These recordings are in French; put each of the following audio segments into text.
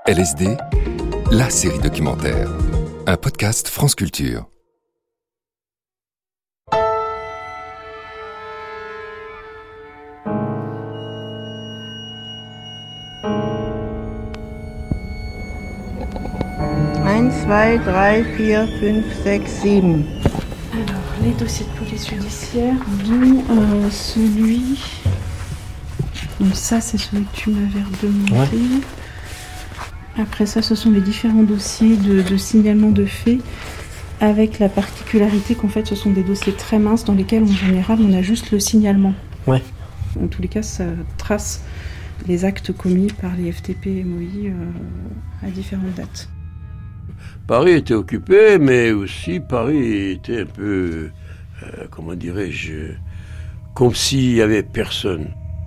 LSD, la série documentaire. Un podcast France Culture. Un, 2, 3, 4, 5, 6, 7. Alors, les dossiers de police judiciaire, dont celui... Donc ça, c'est celui que tu m'avais redemandé. Ouais. Après ça, ce sont les différents dossiers de signalement de faits, avec la particularité qu'en fait, ce sont des dossiers très minces dans lesquels, en général, on a juste le signalement. Ouais. En tous les cas, ça trace les actes commis par les FTP et MOI à différentes dates. Paris était occupé, mais aussi Paris était un peu, comment dirais-je, comme s'il n'y avait personne.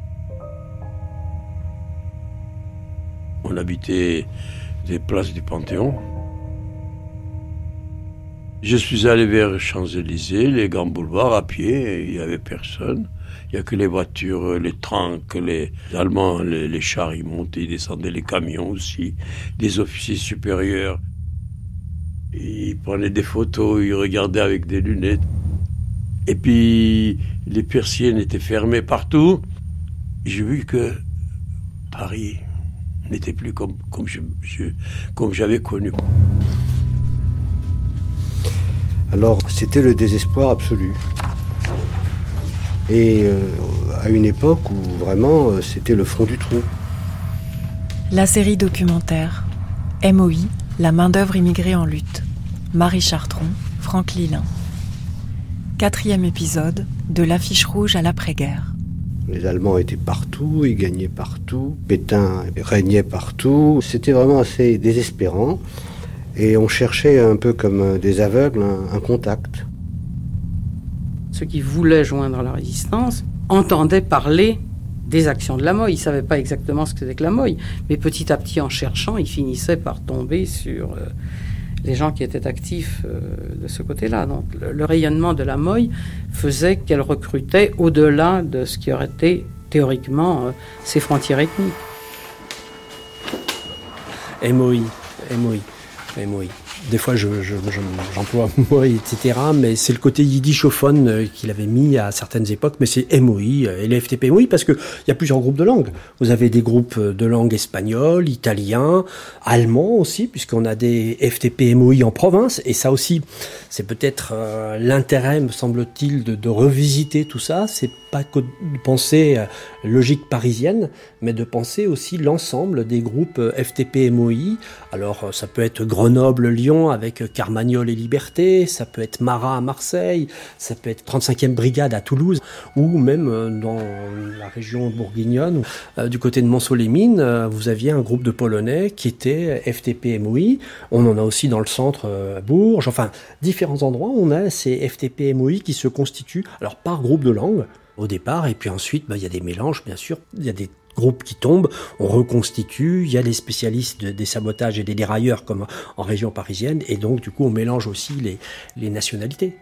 On habitait des places du Panthéon. Je suis allé vers Champs-Élysées, les grands boulevards à pied, il n'y avait personne. Il n'y a que les voitures, les tanks, les Allemands, les chars, ils montaient, ils descendaient, les camions aussi, des officiers supérieurs. Ils prenaient des photos, ils regardaient avec des lunettes. Et puis, les persiennes étaient fermées partout. J'ai vu que Paris n'était plus comme j'avais connu. Alors, c'était le désespoir absolu. Et à une époque où vraiment c'était le fond du trou. La série documentaire MOI, la main-d'œuvre immigrée en lutte. Marie Chartron, Franck Lilin. 4e épisode, de l'affiche rouge à l'après-guerre. Les Allemands étaient partout, ils gagnaient partout, Pétain régnait partout. C'était vraiment assez désespérant. Et on cherchait un peu comme des aveugles un contact. Ceux qui voulaient joindre la résistance entendaient parler des actions de la MOI. Ils ne savaient pas exactement ce que c'était que la MOI. Mais petit à petit, en cherchant, ils finissaient par tomber sur les gens qui étaient actifs de ce côté-là. Donc le rayonnement de la MOI faisait qu'elle recrutait au-delà de ce qui aurait été théoriquement ses frontières ethniques. MOI. Des fois, j'emploie MOI, etc. Mais c'est le côté yiddishophone qu'il avait mis à certaines époques. Mais c'est MOI et les FTP MOI parce qu'il y a plusieurs groupes de langue. Vous avez des groupes de langue espagnol, italien, allemand aussi, puisqu'on a des FTP MOI en province. Et ça aussi, c'est peut-être l'intérêt, me semble-t-il, de revisiter tout ça. C'est pas que de penser logique parisienne, mais de penser aussi l'ensemble des groupes FTP MOI. Alors, ça peut être Grenoble, Lyon, avec Carmagnole et Liberté, ça peut être Marat à Marseille, ça peut être 35e brigade à Toulouse, ou même dans la région bourguignonne, du côté de Montceau-les-Mines, vous aviez un groupe de Polonais qui était FTP MOI. On en a aussi dans le centre à Bourges, enfin, différents endroits où on a ces FTP MOI qui se constituent, alors par groupe de langue, au départ, et puis ensuite, il y a des mélanges, bien sûr, il y a des groupes qui tombent, on reconstitue, il y a les spécialistes des sabotages et des dérailleurs comme en région parisienne, et donc du coup on mélange aussi les nationalités.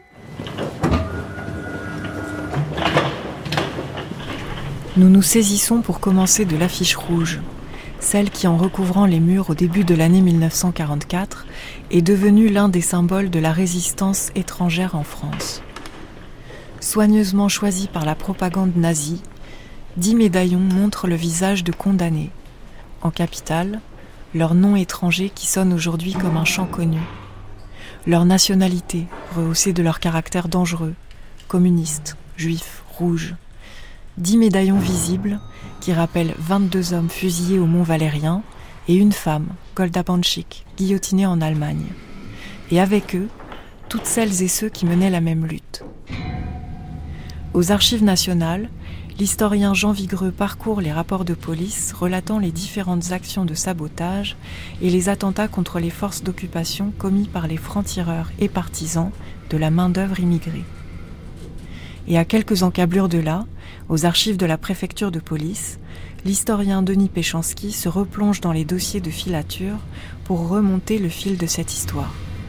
Nous nous saisissons pour commencer de l'affiche rouge, celle qui, en recouvrant les murs au début de l'année 1944, est devenue l'un des symboles de la résistance étrangère en France. Soigneusement choisie par la propagande nazie, 10 médaillons montrent le visage de condamnés. En capitale, leur nom étranger qui sonne aujourd'hui comme un chant connu. Leur nationalité, rehaussée de leur caractère dangereux, communistes, juifs, rouges. 10 médaillons visibles qui rappellent 22 hommes fusillés au Mont Valérien et une femme, Golda Banchik, guillotinée en Allemagne. Et avec eux, toutes celles et ceux qui menaient la même lutte. Aux Archives nationales, l'historien Jean Vigreux parcourt les rapports de police relatant les différentes actions de sabotage et les attentats contre les forces d'occupation commis par les francs-tireurs et partisans de la main-d'œuvre immigrée. Et à quelques encablures de là, aux archives de la préfecture de police, l'historien Denis Péchanski se replonge dans les dossiers de filature pour remonter le fil de cette histoire.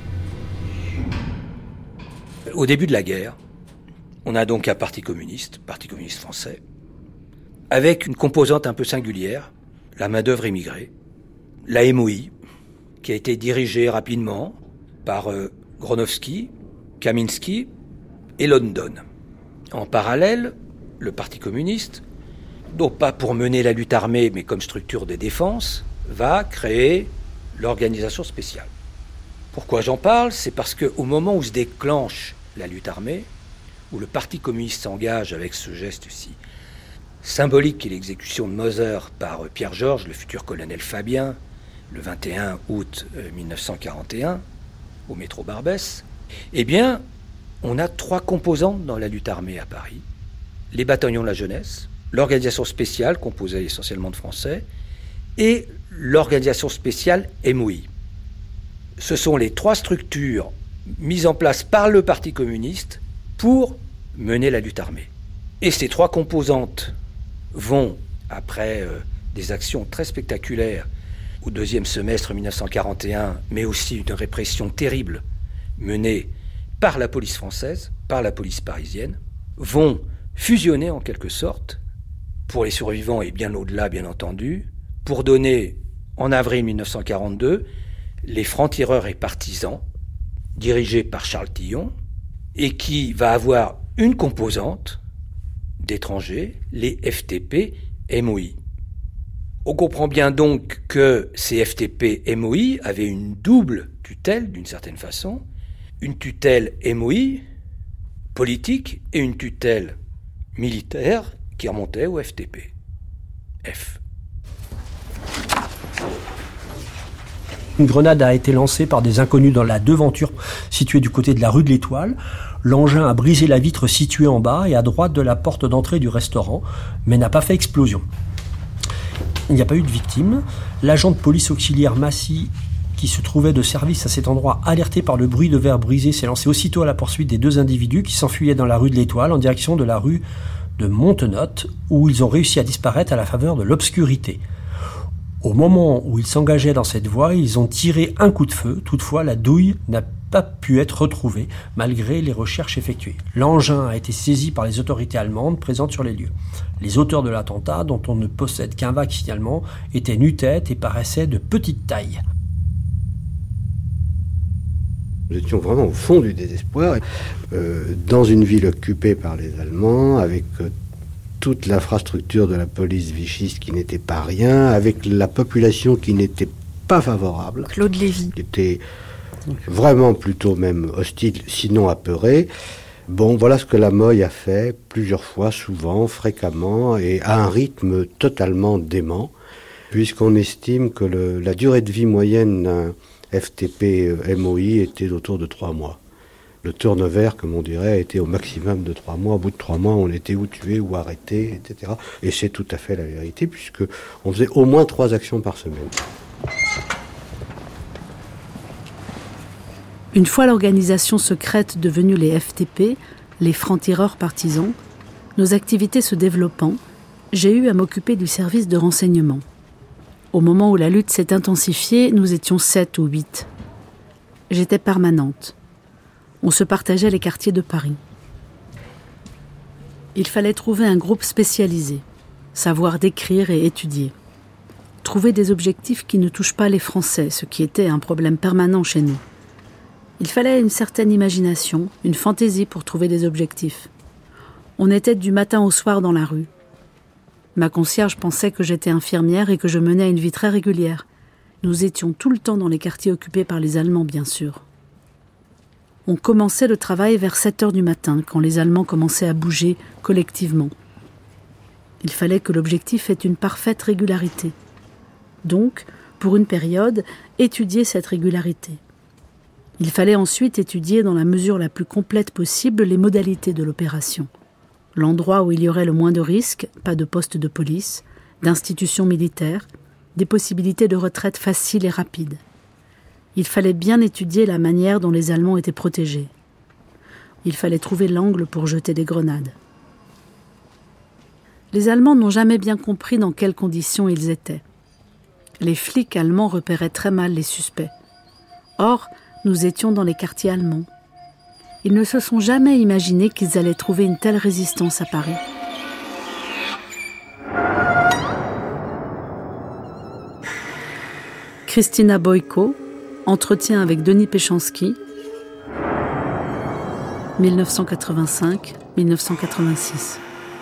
Au début de la guerre, on a donc un parti communiste français, avec une composante un peu singulière, la main-d'œuvre immigrée, la MOI, qui a été dirigée rapidement par Gronowski, Kaminski et London. En parallèle, le Parti communiste, non pas pour mener la lutte armée, mais comme structure de défense, va créer l'organisation spéciale. Pourquoi j'en parle ? C'est parce qu'au moment où se déclenche la lutte armée, où le Parti communiste s'engage avec ce geste si symbolique qu'est l'exécution de Moser par Pierre Georges, le futur colonel Fabien, le 21 août 1941, au métro Barbès, eh bien, on a 3 composantes dans la lutte armée à Paris. Les bataillons de la jeunesse, l'organisation spéciale, composée essentiellement de Français, et l'organisation spéciale MOI. Ce sont les 3 structures mises en place par le Parti communiste pour mener la lutte armée. Et ces 3 composantes vont, après des actions très spectaculaires au 2e semestre 1941, mais aussi une répression terrible menée par la police française, par la police parisienne, vont fusionner en quelque sorte, pour les survivants et bien au-delà bien entendu, pour donner en avril 1942 les francs-tireurs et partisans, dirigés par Charles Tillon, et qui va avoir une composante d'étrangers, les FTP-MOI. On comprend bien donc que ces FTP-MOI avaient une double tutelle, d'une certaine façon, une tutelle MOI politique et une tutelle militaire qui remontait au FTP. F. Une grenade a été lancée par des inconnus dans la devanture située du côté de la rue de l'Étoile. L'engin a brisé la vitre située en bas et à droite de la porte d'entrée du restaurant, mais n'a pas fait explosion. Il n'y a pas eu de victime. L'agent de police auxiliaire Massy, qui se trouvait de service à cet endroit, alerté par le bruit de verre brisé, s'est lancé aussitôt à la poursuite des 2 individus qui s'enfuyaient dans la rue de l'Étoile en direction de la rue de Montenotte, où ils ont réussi à disparaître à la faveur de l'obscurité. Au moment où ils s'engageaient dans cette voie, ils ont tiré un coup de feu. Toutefois, la douille n'a pas pu être retrouvée, malgré les recherches effectuées. L'engin a été saisi par les autorités allemandes présentes sur les lieux. Les auteurs de l'attentat, dont on ne possède qu'un vague signalement, étaient nu-tête et paraissaient de petite taille. Nous étions vraiment au fond du désespoir, dans une ville occupée par les Allemands, avec toute l'infrastructure de la police vichiste qui n'était pas rien, avec la population qui n'était pas favorable. Claude Lévy. Qui était vraiment plutôt même hostile, sinon apeuré. Bon, voilà ce que la MOI a fait plusieurs fois, souvent, fréquemment, et à un rythme totalement dément, puisqu'on estime que la durée de vie moyenne d'un FTP-MOI était autour de 3 mois. Le turnover, comme on dirait, était au maximum de 3 mois. Au bout de 3 mois, on était ou tué ou arrêté, etc. Et c'est tout à fait la vérité, puisque on faisait au moins 3 actions par semaine. Une fois l'organisation secrète devenue les FTP, les francs-tireurs partisans, nos activités se développant, j'ai eu à m'occuper du service de renseignement. Au moment où la lutte s'est intensifiée, nous étions 7 ou 8. J'étais permanente. On se partageait les quartiers de Paris. Il fallait trouver un groupe spécialisé, savoir décrire et étudier. Trouver des objectifs qui ne touchent pas les Français, ce qui était un problème permanent chez nous. Il fallait une certaine imagination, une fantaisie pour trouver des objectifs. On était du matin au soir dans la rue. Ma concierge pensait que j'étais infirmière et que je menais une vie très régulière. Nous étions tout le temps dans les quartiers occupés par les Allemands, bien sûr. On commençait le travail vers 7h du matin, quand les Allemands commençaient à bouger collectivement. Il fallait que l'objectif ait une parfaite régularité. Donc, pour une période, étudier cette régularité. Il fallait ensuite étudier dans la mesure la plus complète possible les modalités de l'opération. L'endroit où il y aurait le moins de risques, pas de poste de police, d'institutions militaires, des possibilités de retraite faciles et rapides. Il fallait bien étudier la manière dont les Allemands étaient protégés. Il fallait trouver l'angle pour jeter des grenades. Les Allemands n'ont jamais bien compris dans quelles conditions ils étaient. Les flics allemands repéraient très mal les suspects. Or, nous étions dans les quartiers allemands. Ils ne se sont jamais imaginés qu'ils allaient trouver une telle résistance à Paris. Christina Boyko, entretien avec Denis Péchanski, 1985-1986.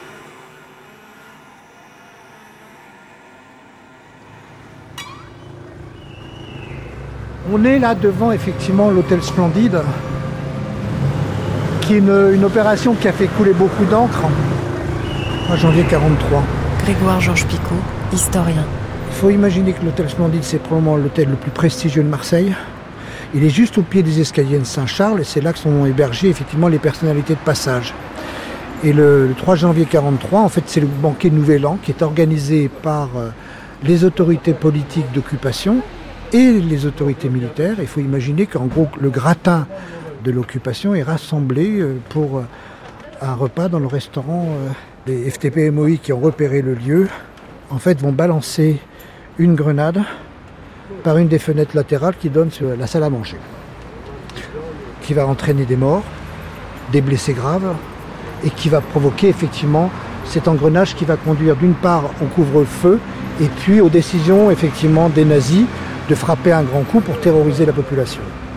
On est là devant effectivement l'hôtel Splendide, qui est une opération qui a fait couler beaucoup d'encre en janvier 1943. Grégoire Georges Picot, historien. Il faut imaginer que l'hôtel Splendide, c'est probablement l'hôtel le plus prestigieux de Marseille. Il est juste au pied des escaliers de Saint-Charles et c'est là que sont hébergées effectivement les personnalités de passage. Et le 3 janvier 1943, en fait, c'est le banquet Nouvel An qui est organisé par les autorités politiques d'occupation et les autorités militaires. Il faut imaginer qu'en gros, le gratin de l'occupation est rassemblé pour un repas dans le restaurant. Les FTP-MOI qui ont repéré le lieu, en fait, vont balancer une grenade par une des fenêtres latérales qui donne sur la salle à manger, qui va entraîner des morts, des blessés graves, et qui va provoquer effectivement cet engrenage qui va conduire d'une part au couvre-feu, et puis aux décisions effectivement des nazis de frapper un grand coup pour terroriser la population.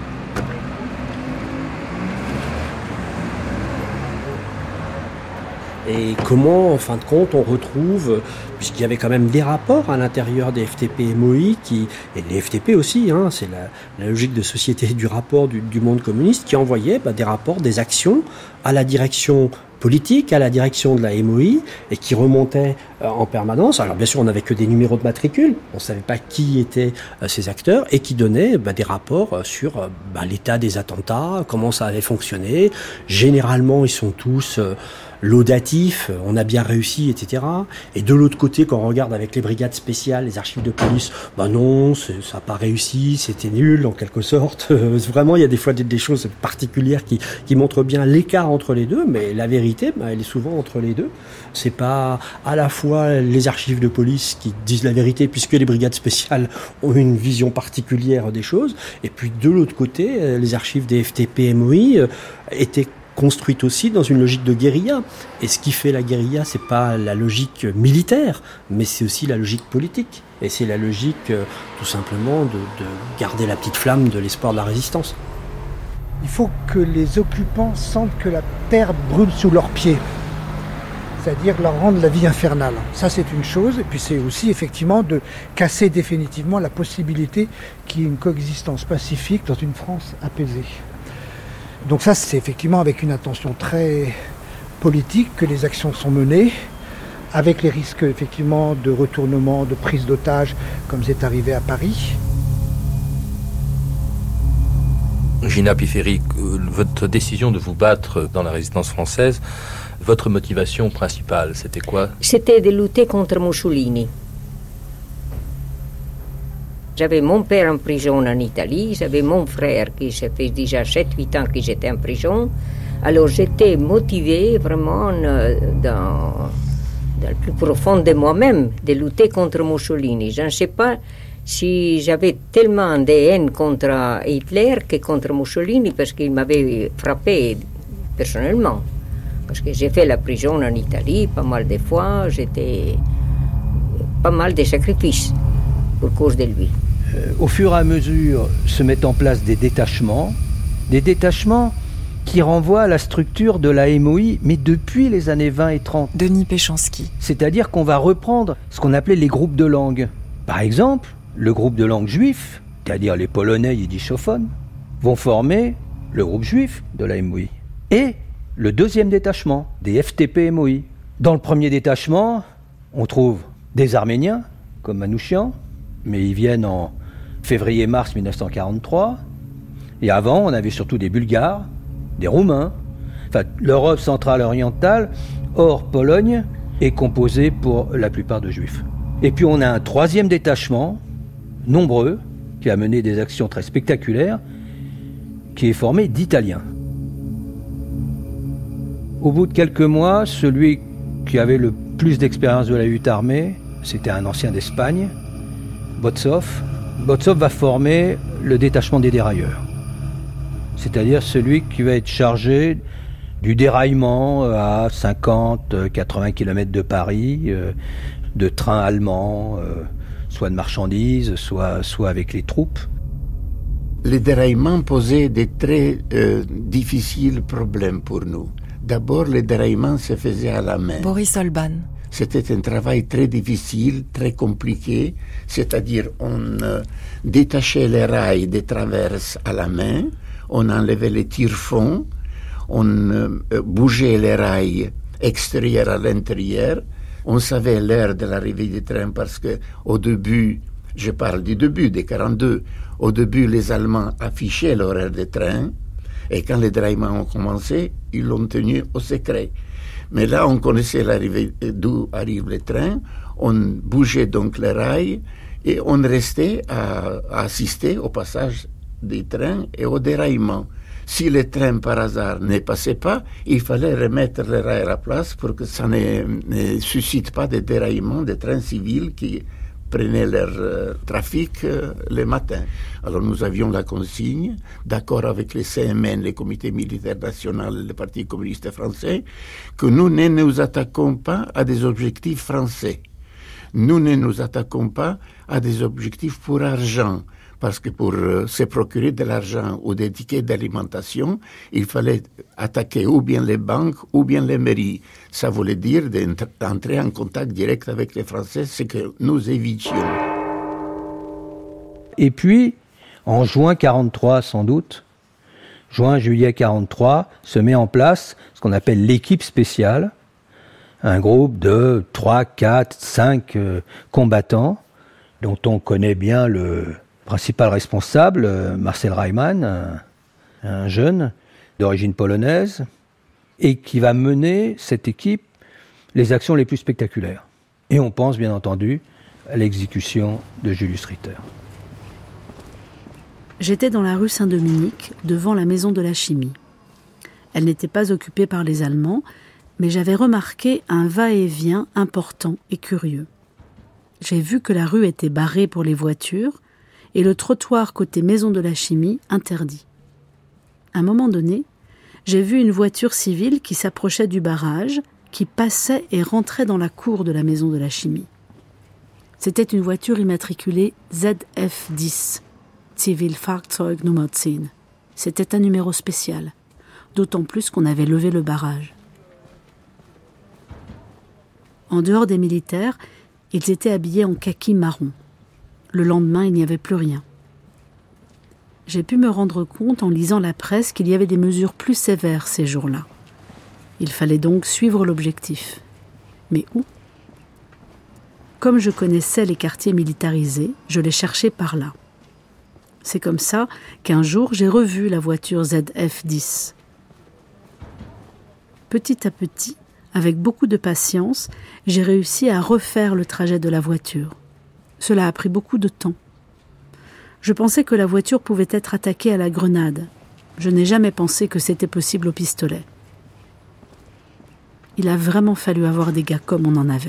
Et comment, en fin de compte, on retrouve, puisqu'il y avait quand même des rapports à l'intérieur des FTP-MOI, et les FTP aussi, c'est la logique de société du rapport du monde communiste, qui envoyait des rapports, des actions à la direction politique, à la direction de la MOI, et qui remontaient en permanence. Alors bien sûr, on n'avait que des numéros de matricule, on ne savait pas qui étaient ces acteurs, et qui donnaient des rapports sur l'état des attentats, comment ça avait fonctionné. Généralement, ils sont tous laudatifs, on a bien réussi, etc. Et de l'autre côté, quand on regarde avec les brigades spéciales, les archives de police, non, ça n'a pas réussi, c'était nul en quelque sorte. Vraiment, il y a des fois des choses particulières qui montrent bien l'écart entre les deux, mais la vérité, elle est souvent entre les deux. C'est pas à la fois les archives de police qui disent la vérité, puisque les brigades spéciales ont une vision particulière des choses, et puis de l'autre côté, les archives des FTP-MOI étaient construite aussi dans une logique de guérilla. Et ce qui fait la guérilla, c'est pas la logique militaire, mais c'est aussi la logique politique. Et c'est la logique, tout simplement, de garder la petite flamme de l'espoir de la résistance. Il faut que les occupants sentent que la terre brûle sous leurs pieds. C'est-à-dire leur rendre la vie infernale. Ça, c'est une chose. Et puis c'est aussi, effectivement, de casser définitivement la possibilité qu'il y ait une coexistence pacifique dans une France apaisée. Donc ça, c'est effectivement avec une intention très politique que les actions sont menées, avec les risques effectivement de retournement, de prise d'otages, comme c'est arrivé à Paris. Gina Pifferi, votre décision de vous battre dans la résistance française, votre motivation principale, c'était quoi? C'était de lutter contre Mussolini. J'avais mon père en prison en Italie, j'avais mon frère qui ça fait déjà 7-8 ans que j'étais en prison. Alors j'étais motivée vraiment dans le plus profond de moi-même de lutter contre Mussolini. Je ne sais pas si j'avais tellement de haine contre Hitler que contre Mussolini parce qu'il m'avait frappé personnellement. Parce que j'ai fait la prison en Italie pas mal de fois, j'étais pas mal de sacrifices pour cause de lui. Au fur et à mesure se mettent en place des détachements qui renvoient à la structure de la MOI, mais depuis les années 20 et 30. Denis Péchanski. C'est-à-dire qu'on va reprendre ce qu'on appelait les groupes de langue. Par exemple, le groupe de langue juif, c'est-à-dire les Polonais yiddishophones, vont former le groupe juif de la MOI. Et le deuxième détachement, des FTP-MOI. Dans le premier détachement, on trouve des Arméniens, comme Manouchian, mais ils viennent en février-mars 1943. Et avant, on avait surtout des Bulgares, des Roumains. Enfin, l'Europe centrale orientale, hors Pologne, est composée pour la plupart de Juifs. Et puis on a un troisième détachement, nombreux, qui a mené des actions très spectaculaires, qui est formé d'Italiens. Au bout de quelques mois, celui qui avait le plus d'expérience de la lutte armée, c'était un ancien d'Espagne, Botsov. Botsov va former le détachement des dérailleurs. C'est-à-dire celui qui va être chargé du déraillement à 50-80 km de Paris, de trains allemands, soit de marchandises, soit avec les troupes. Les déraillements posaient des très difficiles problèmes pour nous. D'abord, les déraillements se faisaient à la main. Boris Olban. C'était un travail très difficile, très compliqué, c'est-à-dire on détachait les rails des traverses à la main, on enlevait les tire-fonds, on bougeait les rails extérieurs à l'intérieur, on savait l'heure de l'arrivée du train parce que au début, je parle du début des 42, au début les Allemands affichaient l'horaire des trains et quand les déraillements ont commencé, ils l'ont tenu au secret. Mais là, on connaissait l'arrivée d'où arrivent les trains, on bougeait donc les rails et on restait à assister au passage des trains et au déraillement. Si les trains par hasard ne passaient pas, il fallait remettre les rails à la place pour que ça ne suscite pas de déraillement des trains civils qui prenaient leur trafic le matin. Alors nous avions la consigne, d'accord avec les CMN, les comités militaires nationaux et le Parti communiste français, que nous ne nous attaquons pas à des objectifs français. Nous ne nous attaquons pas à des objectifs pour argent, parce que pour se procurer de l'argent ou des tickets d'alimentation, il fallait attaquer ou bien les banques ou bien les mairies. Ça voulait dire d'entrer en contact direct avec les Français, ce que nous évitions. Et puis, en juin 43 sans doute, juin-juillet 43, se met en place ce qu'on appelle l'équipe spéciale, un groupe de 3, 4, 5 combattants, dont on connaît bien le principal responsable, Marcel Reimann, un jeune d'origine polonaise, et qui va mener cette équipe les actions les plus spectaculaires. Et on pense bien entendu à l'exécution de Julius Ritter. J'étais dans la rue Saint-Dominique, devant la maison de la chimie. Elle n'était pas occupée par les Allemands, mais j'avais remarqué un va-et-vient important et curieux. J'ai vu que la rue était barrée pour les voitures et le trottoir côté maison de la chimie interdit. À un moment donné, j'ai vu une voiture civile qui s'approchait du barrage, qui passait et rentrait dans la cour de la maison de la chimie. C'était une voiture immatriculée ZF10, Zivilfahrzeug Nummer 10. C'était un numéro spécial, d'autant plus qu'on avait levé le barrage. En dehors des militaires, ils étaient habillés en kaki marron. Le lendemain, il n'y avait plus rien. J'ai pu me rendre compte en lisant la presse qu'il y avait des mesures plus sévères ces jours-là. Il fallait donc suivre l'objectif. Mais où ? Comme je connaissais les quartiers militarisés, je les cherchais par là. C'est comme ça qu'un jour, j'ai revu la voiture ZF10. Petit à petit, avec beaucoup de patience, j'ai réussi à refaire le trajet de la voiture. Cela a pris beaucoup de temps. Je pensais que la voiture pouvait être attaquée à la grenade. Je n'ai jamais pensé que c'était possible au pistolet. Il a vraiment fallu avoir des gars comme on en avait.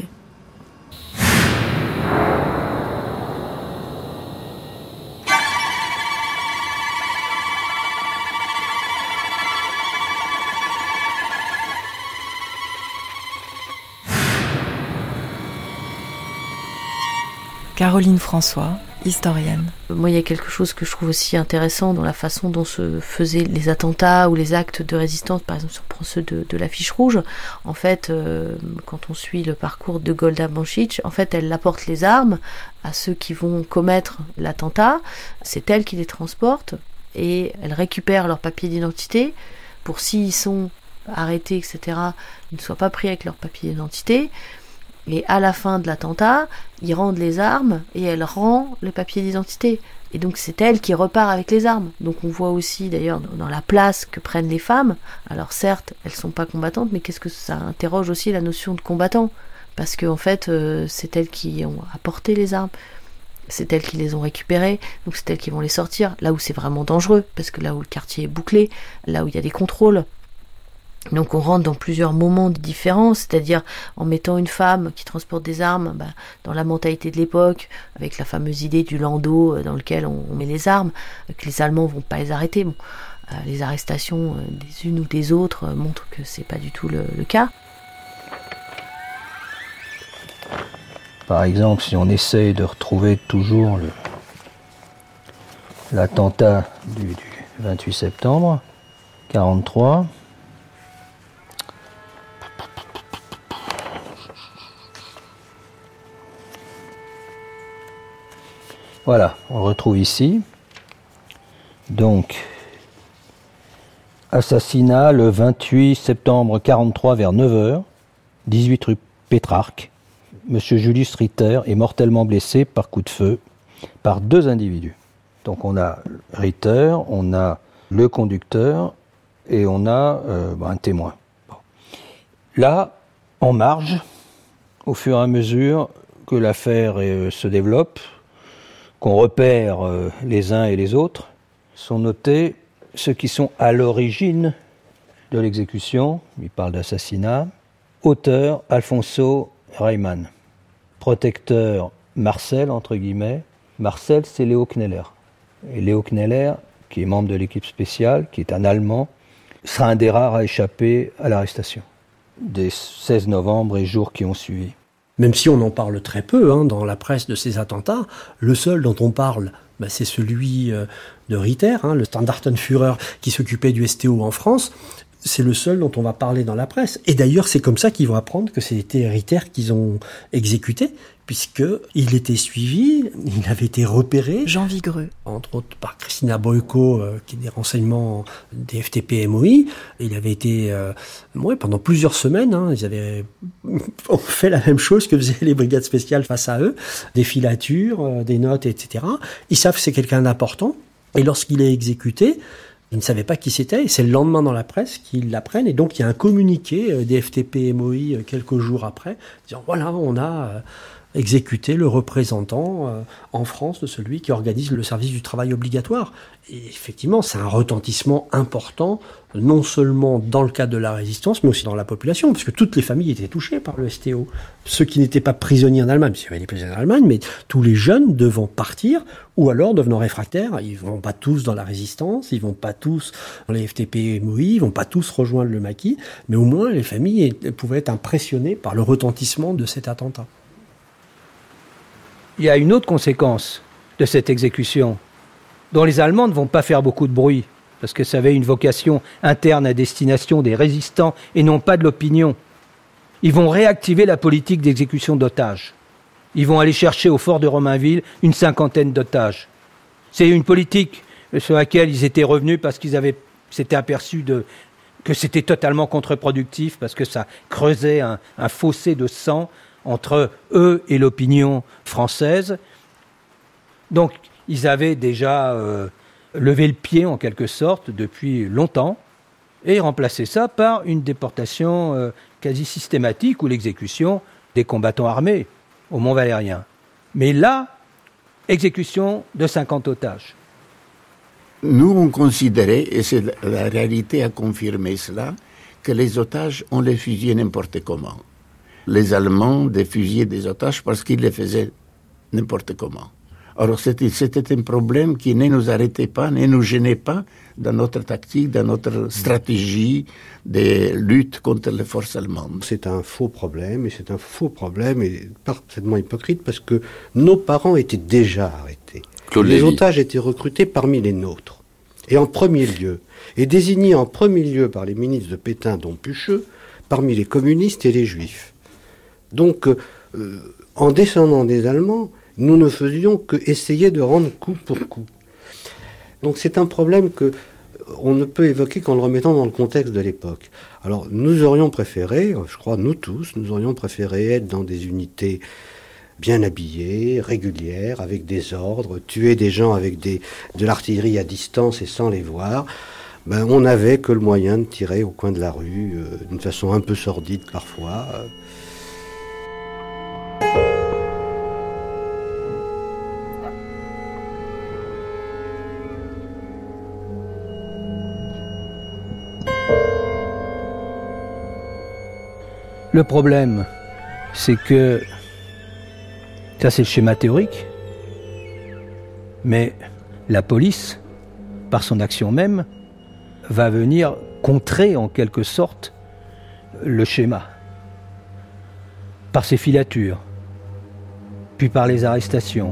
Caroline François, historienne. Moi, il y a quelque chose que je trouve aussi intéressant dans la façon dont se faisaient les attentats ou les actes de résistance, par exemple si on prend ceux de l'affiche rouge. En fait, quand on suit le parcours de Golda Bancic, en fait, elle apporte les armes à ceux qui vont commettre l'attentat. C'est elle qui les transporte et elle récupère leurs papiers d'identité pour s'ils sont arrêtés, etc., ils ne soient pas pris avec leurs papiers d'identité. Et à la fin de l'attentat, ils rendent les armes et elle rend le papier d'identité. Et donc c'est elle qui repart avec les armes. Donc on voit aussi d'ailleurs dans la place que prennent les femmes. Alors certes, elles sont pas combattantes, mais qu'est-ce que ça interroge aussi la notion de combattant ? Parce que en fait, c'est elles qui ont apporté les armes. C'est elles qui les ont récupérées. Donc c'est elles qui vont les sortir. Là où c'est vraiment dangereux, parce que là où le quartier est bouclé, là où il y a des contrôles. Donc on rentre dans plusieurs moments différents, c'est-à-dire en mettant une femme qui transporte des armes dans la mentalité de l'époque, avec la fameuse idée du landau dans lequel on met les armes, que les Allemands vont pas les arrêter. Bon, les arrestations des unes ou des autres montrent que c'est pas du tout le cas. Par exemple, si on essaye de retrouver toujours l'attentat du 28 septembre 1943, voilà, on retrouve ici. Donc, assassinat le 28 septembre 1943 vers 9h, 18 rue Pétrarque. Monsieur Julius Ritter est mortellement blessé par coup de feu par 2 individus. Donc on a Ritter, on a le conducteur et on a un témoin. Bon. Là, en marge, au fur et à mesure que l'affaire se développe, qu'on repère les uns et les autres, sont notés ceux qui sont à l'origine de l'exécution. Il parle d'assassinat. Auteur, Alfonso Reimann. Protecteur, Marcel, entre guillemets. Marcel, c'est Léo Kneller. Et Léo Kneller, qui est membre de l'équipe spéciale, qui est un Allemand, sera un des rares à échapper à l'arrestation des 16 novembre et jours qui ont suivi. Même si on en parle très peu dans la presse de ces attentats, le seul dont on parle, c'est celui de Ritter, le Standartenführer qui s'occupait du STO en France. C'est le seul dont on va parler dans la presse. Et d'ailleurs, c'est comme ça qu'ils vont apprendre que c'était Ritter qu'ils ont exécuté, puisqu'il était suivi, il avait été repéré. Jean Vigreux. Entre autres par Christina Boyko, qui est des renseignements des FTP-MOI. Il avait été, pendant plusieurs semaines, ils avaient fait la même chose que faisaient les brigades spéciales face à eux. Des filatures, des notes, etc. Ils savent que c'est quelqu'un d'important. Et lorsqu'il est exécuté, ils ne savaient pas qui c'était, et c'est le lendemain dans la presse qu'ils l'apprennent. Et donc il y a un communiqué des FTP-MOI quelques jours après, disant voilà, on a exécuté le représentant en France de celui qui organise le service du travail obligatoire. Et effectivement, c'est un retentissement important, non seulement dans le cadre de la résistance, mais aussi dans la population, parce que toutes les familles étaient touchées par le STO. Ceux qui n'étaient pas prisonniers en Allemagne, parce qu'il y avait des prisonniers en Allemagne, mais tous les jeunes devant partir, ou alors devenant réfractaires, ils vont pas tous dans la résistance, ils vont pas tous dans les FTP-MOI, ils vont pas tous rejoindre le maquis, mais au moins les familles pouvaient être impressionnées par le retentissement de cet attentat. Il y a une autre conséquence de cette exécution, dont les Allemands ne vont pas faire beaucoup de bruit, parce que ça avait une vocation interne à destination des résistants et non pas de l'opinion. Ils vont réactiver la politique d'exécution d'otages. Ils vont aller chercher au fort de Romainville une 50aine d'otages. C'est une politique sur laquelle ils étaient revenus parce qu'ils s'étaient aperçus que c'était totalement contre-productif, parce que ça creusait un fossé de sang entre eux et l'opinion française. Donc, ils avaient déjà levé le pied, en quelque sorte, depuis longtemps, et remplacé ça par une déportation quasi systématique ou l'exécution des combattants armés au Mont-Valérien. Mais là, exécution de 50 otages. Nous, on considérait, et c'est la réalité a confirmé cela, que les otages, on les fusillait n'importe comment. Les Allemands défusillaient des otages parce qu'ils les faisaient n'importe comment. Alors c'était un problème qui ne nous arrêtait pas, ne nous gênait pas dans notre tactique, dans notre stratégie de lutte contre les forces allemandes. C'est un faux problème, et c'est un faux problème et parfaitement hypocrite parce que nos parents étaient déjà arrêtés. Les otages étaient recrutés parmi les nôtres, et en premier lieu, et désignés en premier lieu par les ministres de Pétain, dont Pucheux, parmi les communistes et les juifs. Donc, en descendant des Allemands, nous ne faisions que essayer de rendre coup pour coup. Donc c'est un problème que on ne peut évoquer qu'en le remettant dans le contexte de l'époque. Alors nous aurions préféré, je crois nous tous, nous aurions préféré être dans des unités bien habillées, régulières, avec des ordres, tuer des gens avec de l'artillerie à distance et sans les voir. On n'avait que le moyen de tirer au coin de la rue, d'une façon un peu sordide parfois. Le problème, c'est que, ça c'est le schéma théorique, mais la police, par son action même, va venir contrer en quelque sorte le schéma, par ses filatures, puis par les arrestations.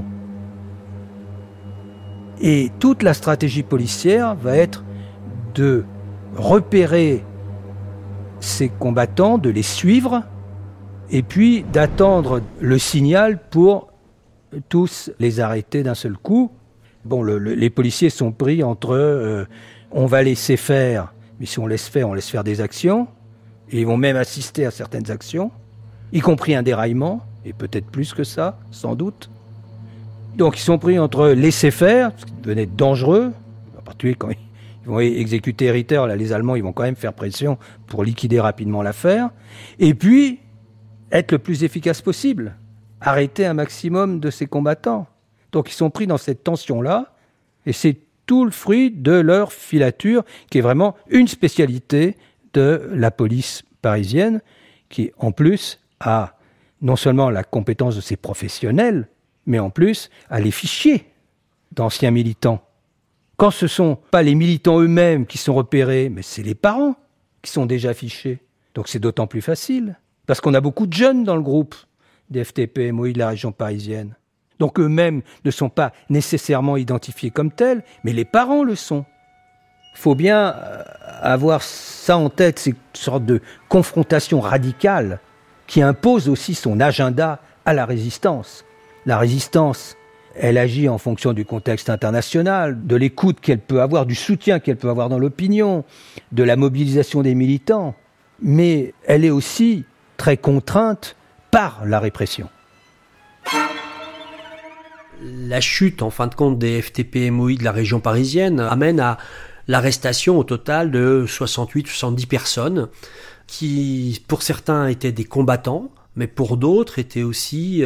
Et toute la stratégie policière va être de repérer ces combattants, de les suivre, et puis d'attendre le signal pour tous les arrêter d'un seul coup. Bon, les policiers sont pris entre on va laisser faire, mais si on laisse faire des actions, et ils vont même assister à certaines actions, y compris un déraillement, et peut-être plus que ça, sans doute. Donc ils sont pris entre laisser faire, ce qui devenait dangereux, en particulier quand ils vont exécuter Ritter, là les Allemands ils vont quand même faire pression pour liquider rapidement l'affaire, et puis être le plus efficace possible, arrêter un maximum de ces combattants. Donc ils sont pris dans cette tension-là, et c'est tout le fruit de leur filature, qui est vraiment une spécialité de la police parisienne, qui en plus a non seulement la compétence de ses professionnels, mais en plus a les fichiers d'anciens militants. Quand ce ne sont pas les militants eux-mêmes qui sont repérés, mais c'est les parents qui sont déjà fichés. Donc c'est d'autant plus facile, parce qu'on a beaucoup de jeunes dans le groupe des FTP-MOI de la région parisienne. Donc eux-mêmes ne sont pas nécessairement identifiés comme tels, mais les parents le sont. Il faut bien avoir ça en tête, c'est une sorte de confrontation radicale qui impose aussi son agenda à la résistance. La résistance, elle agit en fonction du contexte international, de l'écoute qu'elle peut avoir, du soutien qu'elle peut avoir dans l'opinion, de la mobilisation des militants, mais elle est aussi très contrainte par la répression. La chute, en fin de compte, des FTP-MOI de la région parisienne amène à l'arrestation au total de 68-70 personnes qui, pour certains, étaient des combattants, mais pour d'autres étaient aussi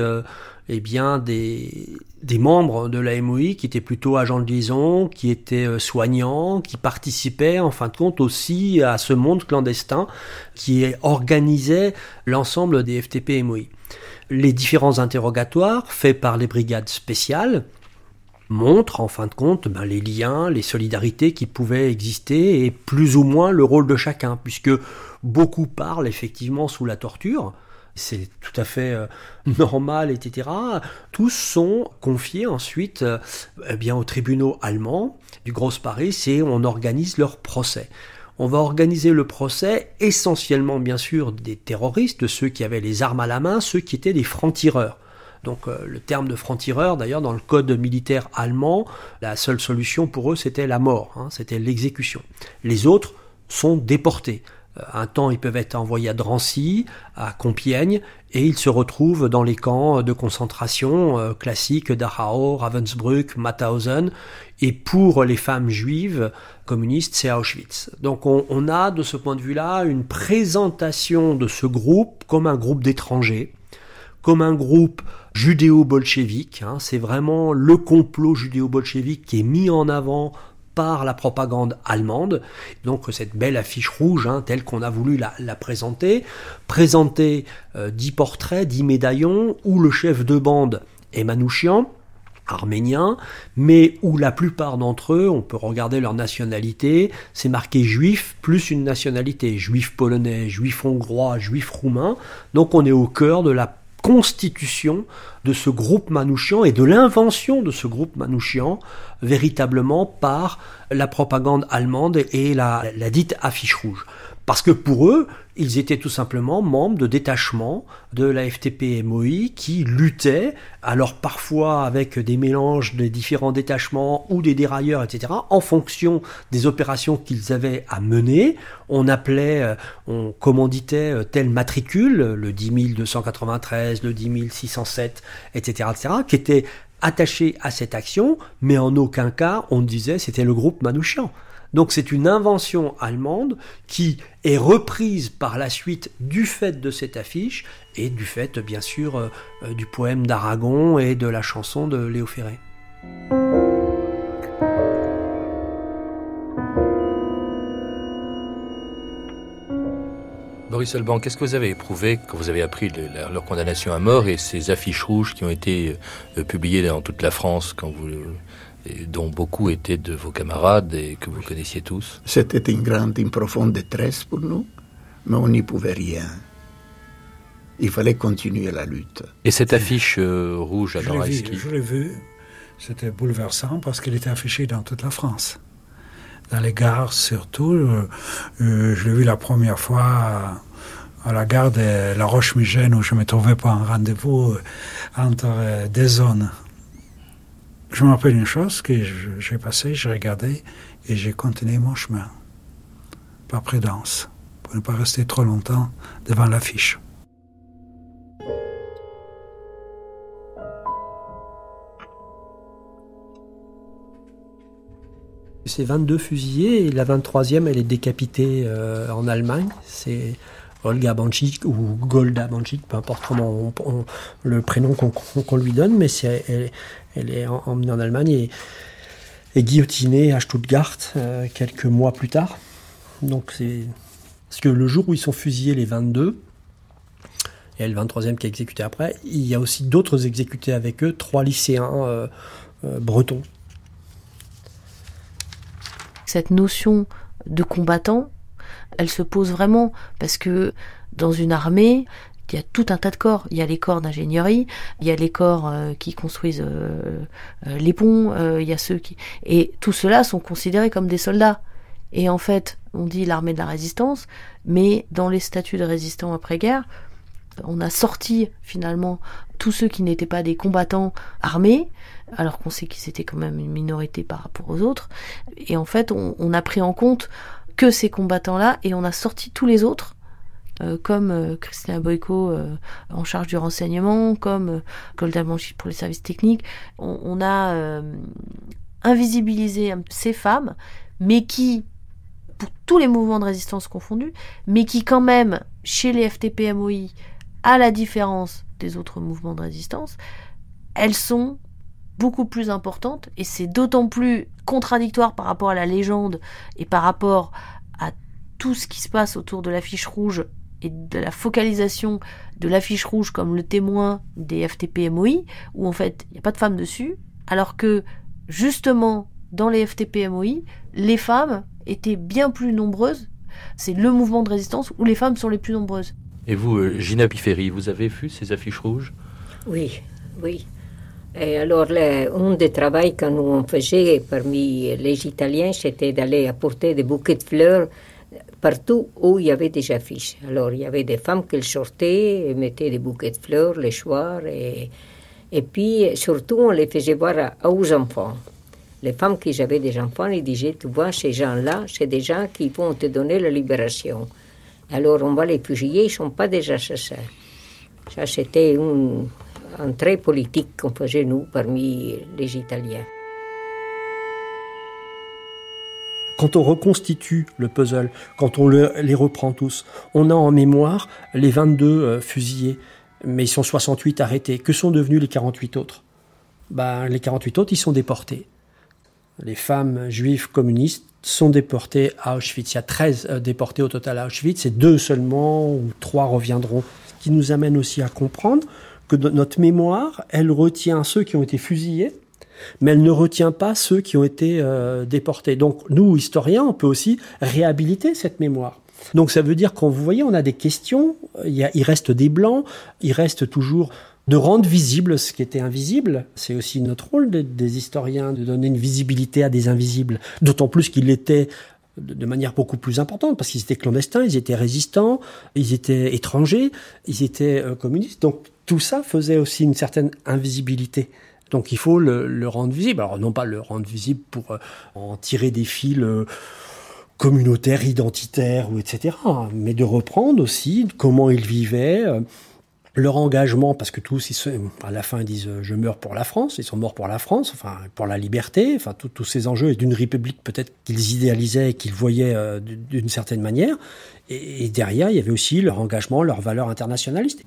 des membres de la MOI qui étaient plutôt agents de liaison, qui étaient soignants, qui participaient en fin de compte aussi à ce monde clandestin qui organisait l'ensemble des FTP-MOI. Les différents interrogatoires faits par les brigades spéciales montrent en fin de compte les liens, les solidarités qui pouvaient exister et plus ou moins le rôle de chacun, puisque beaucoup parlent effectivement sous la torture, c'est tout à fait normal, etc. Tous sont confiés ensuite aux tribunaux allemands du Grosse Paris et on organise leur procès. On va organiser le procès essentiellement, bien sûr, des terroristes, de ceux qui avaient les armes à la main, ceux qui étaient des francs-tireurs. Donc le terme de franc-tireur, d'ailleurs, dans le code militaire allemand, la seule solution pour eux, c'était la mort, c'était l'exécution. Les autres sont déportés. Un temps, ils peuvent être envoyés à Drancy, à Compiègne, et ils se retrouvent dans les camps de concentration classiques Dachau, Ravensbrück, Mauthausen, et pour les femmes juives communistes, c'est Auschwitz. Donc on a, de ce point de vue-là, une présentation de ce groupe comme un groupe d'étrangers, comme un groupe judéo-bolchevique. C'est vraiment le complot judéo-bolchevique qui est mis en avant par la propagande allemande. Donc cette belle affiche rouge, telle qu'on a voulu la présenter 10 portraits, 10 médaillons, où le chef de bande est Manouchian, arménien, mais où la plupart d'entre eux, on peut regarder leur nationalité, c'est marqué juif plus une nationalité, juif polonais, juif hongrois, juif roumain. Donc on est au cœur de la constitution de ce groupe Manouchian et de l'invention de ce groupe Manouchian véritablement par la propagande allemande et la dite affiche rouge. Parce que pour eux, ils étaient tout simplement membres de détachements de la FTP-MOI qui luttaient, alors parfois avec des mélanges des différents détachements ou des dérailleurs, etc., en fonction des opérations qu'ils avaient à mener. On commanditait tel matricule, le 10 293, le 10 607, etc., qui étaient attachés à cette action, mais en aucun cas on disait c'était le groupe Manouchian. Donc c'est une invention allemande qui est reprise par la suite du fait de cette affiche et du fait bien sûr du poème d'Aragon et de la chanson de Léo Ferré. Boris Alban, qu'est-ce que vous avez éprouvé quand vous avez appris leur condamnation à mort et ces affiches rouges qui ont été publiées dans toute la France dont beaucoup étaient de vos camarades et que vous connaissiez tous? C'était une profonde détresse pour nous, mais on n'y pouvait rien. Il fallait continuer la lutte. Et cette affiche rouge à Doraïski? Je l'ai vu. C'était bouleversant parce qu'il était affiché dans toute la France. Dans les gares surtout. Je l'ai vu la première fois à la gare de La Roche-Migène où je me trouvais pour un rendez-vous entre des zones. Je me rappelle une chose que j'ai passé, j'ai regardé et j'ai continué mon chemin. Par prudence, pour ne pas rester trop longtemps devant l'affiche. C'est 22 fusillés et la 23e, elle est décapitée en Allemagne. C'est Olga Bancic ou Golda Bancic, peu importe comment le prénom qu'on lui donne, mais elle est emmenée en Allemagne et guillotinée à Stuttgart quelques mois plus tard. Donc c'est parce que le jour où ils sont fusillés les 22, et le 23e qui est exécuté après, il y a aussi d'autres exécutés avec eux, 3 lycéens bretons. Cette notion de combattant, elle se pose vraiment parce que dans une armée, il y a tout un tas de corps. Il y a les corps d'ingénierie, il y a les corps qui construisent les ponts, il y a ceux qui... Et tout cela sont considérés comme des soldats. Et en fait, on dit l'armée de la résistance, mais dans les statuts de résistants après-guerre, on a sorti finalement tous ceux qui n'étaient pas des combattants armés, alors qu'on sait qu'ils étaient quand même une minorité par rapport aux autres. Et en fait, on a pris en compte que ces combattants-là, et on a sorti tous les autres, comme Christina Boyko en charge du renseignement, comme Golda Bancic pour les services techniques. On a invisibilisé ces femmes, mais qui, pour tous les mouvements de résistance confondus, mais qui quand même, chez les FTP-MOI, à la différence des autres mouvements de résistance, elles sont beaucoup plus importantes, et c'est d'autant plus contradictoire par rapport à la légende et par rapport à tout ce qui se passe autour de l'affiche rouge et de la focalisation de l'affiche rouge comme le témoin des FTP-MOI, où en fait il n'y a pas de femmes dessus, alors que justement dans les FTP-MOI, les femmes étaient bien plus nombreuses. C'est le mouvement de résistance où les femmes sont les plus nombreuses. Et vous, Gina Pifferi, vous avez vu ces affiches rouges? Oui. Et alors, un des travaux que nous on faisait parmi les Italiens, c'était d'aller apporter des bouquets de fleurs partout où il y avait des affiches. Alors, il y avait des femmes qui sortaient et mettaient des bouquets de fleurs les soirs. Et puis, surtout, on les faisait voir aux enfants. Les femmes qui avaient des enfants, ils disaient, tu vois, ces gens-là, c'est des gens qui vont te donner la libération. Alors, on va les fusiller, ils ne sont pas des assassins. Ça, c'était un trait politique qu'on faisait, nous, parmi les Italiens. Quand on reconstitue le puzzle, quand on les reprend tous, on a en mémoire les 22 fusillés, mais ils sont 68 arrêtés. Que sont devenus les 48 autres? Les 48 autres, ils sont déportés. Les femmes juives communistes sont déportées à Auschwitz. Il y a 13 déportés au total à Auschwitz, et 2 seulement ou 3 reviendront. Ce qui nous amène aussi à comprendre que notre mémoire, elle retient ceux qui ont été fusillés, mais elle ne retient pas ceux qui ont été déportés. Donc nous, historiens, on peut aussi réhabiliter cette mémoire. Donc ça veut dire qu'on, vous voyez, on a des questions, il reste des blancs, il reste toujours de rendre visible ce qui était invisible. C'est aussi notre rôle des historiens, de donner une visibilité à des invisibles, d'autant plus qu'ils l'étaient de manière beaucoup plus importante, parce qu'ils étaient clandestins, ils étaient résistants, ils étaient étrangers, ils étaient communistes. Donc tout ça faisait aussi une certaine invisibilité. Donc il faut le rendre visible. Alors non pas le rendre visible pour en tirer des fils communautaires, identitaires, ou etc., mais de reprendre aussi comment ils vivaient, leur engagement, parce que tous, à la fin, ils disent « je meurs pour la France », ils sont morts pour la France, enfin pour la liberté, enfin tous ces enjeux, et d'une république peut-être qu'ils idéalisaient et qu'ils voyaient d'une certaine manière. Et derrière, il y avait aussi leur engagement, leurs valeurs internationalistes.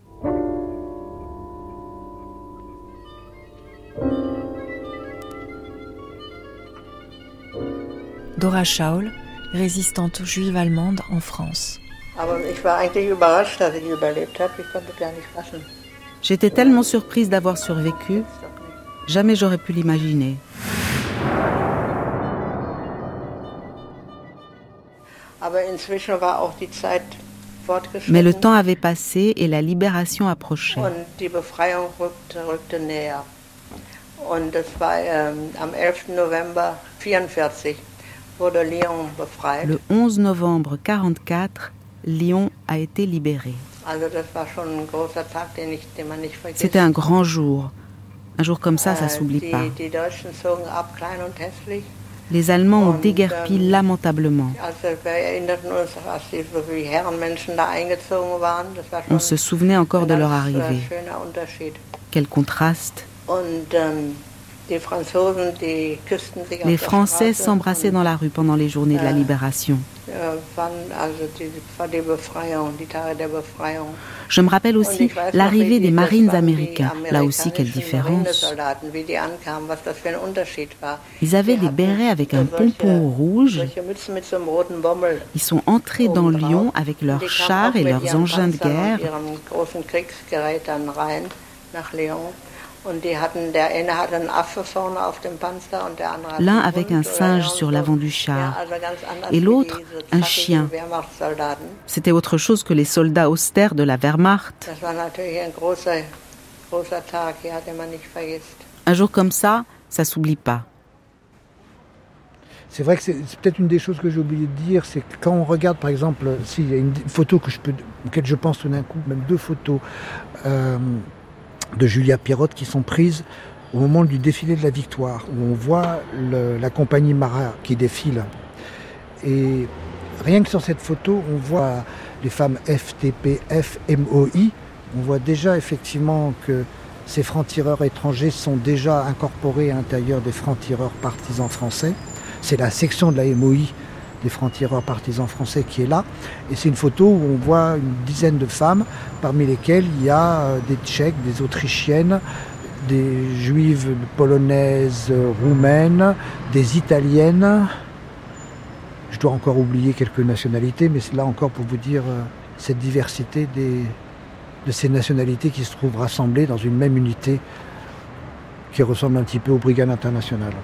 Dora Schaul, résistante juive allemande en France. J'étais tellement surprise d'avoir survécu, jamais j'aurais pu l'imaginer. Mais le temps avait passé et la libération approchait. Le 11 novembre 1944, Lyon a été libéré. C'était un grand jour. Un jour comme ça s'oublie pas. Les Allemands ont déguerpi lamentablement. On se souvenait encore de leur arrivée. Quel contraste! Les Français s'embrassaient dans la rue pendant les journées de la libération. Je me rappelle aussi l'arrivée des Marines américains. Là aussi, quelle différence. Ils avaient des bérets avec un pompon rouge. Ils sont entrés dans Lyon avec leurs chars et leurs engins de guerre. L'un avec un singe sur l'avant du char et l'autre un chien. C'était autre chose que les soldats austères de la Wehrmacht. Un jour comme ça s'oublie pas. C'est vrai que c'est peut-être une des choses que j'ai oublié de dire, c'est que quand on regarde par exemple, s'il y a une photo auquel je pense tout d'un coup, même deux photos de Julia Pirotte qui sont prises au moment du défilé de la Victoire, où on voit la compagnie Marat qui défile. Et rien que sur cette photo, on voit les femmes FTP, FMOI. On voit déjà effectivement que ces francs-tireurs étrangers sont déjà incorporés à l'intérieur des francs-tireurs partisans français. C'est la section de la MOI des francs-tireurs partisans français qui est là. Et c'est une photo où on voit une dizaine de femmes, parmi lesquelles il y a des Tchèques, des Autrichiennes, des Juives polonaises, roumaines, des Italiennes. Je dois encore oublier quelques nationalités, mais c'est là encore pour vous dire cette diversité de ces nationalités qui se trouvent rassemblées dans une même unité qui ressemble un petit peu aux brigades internationales.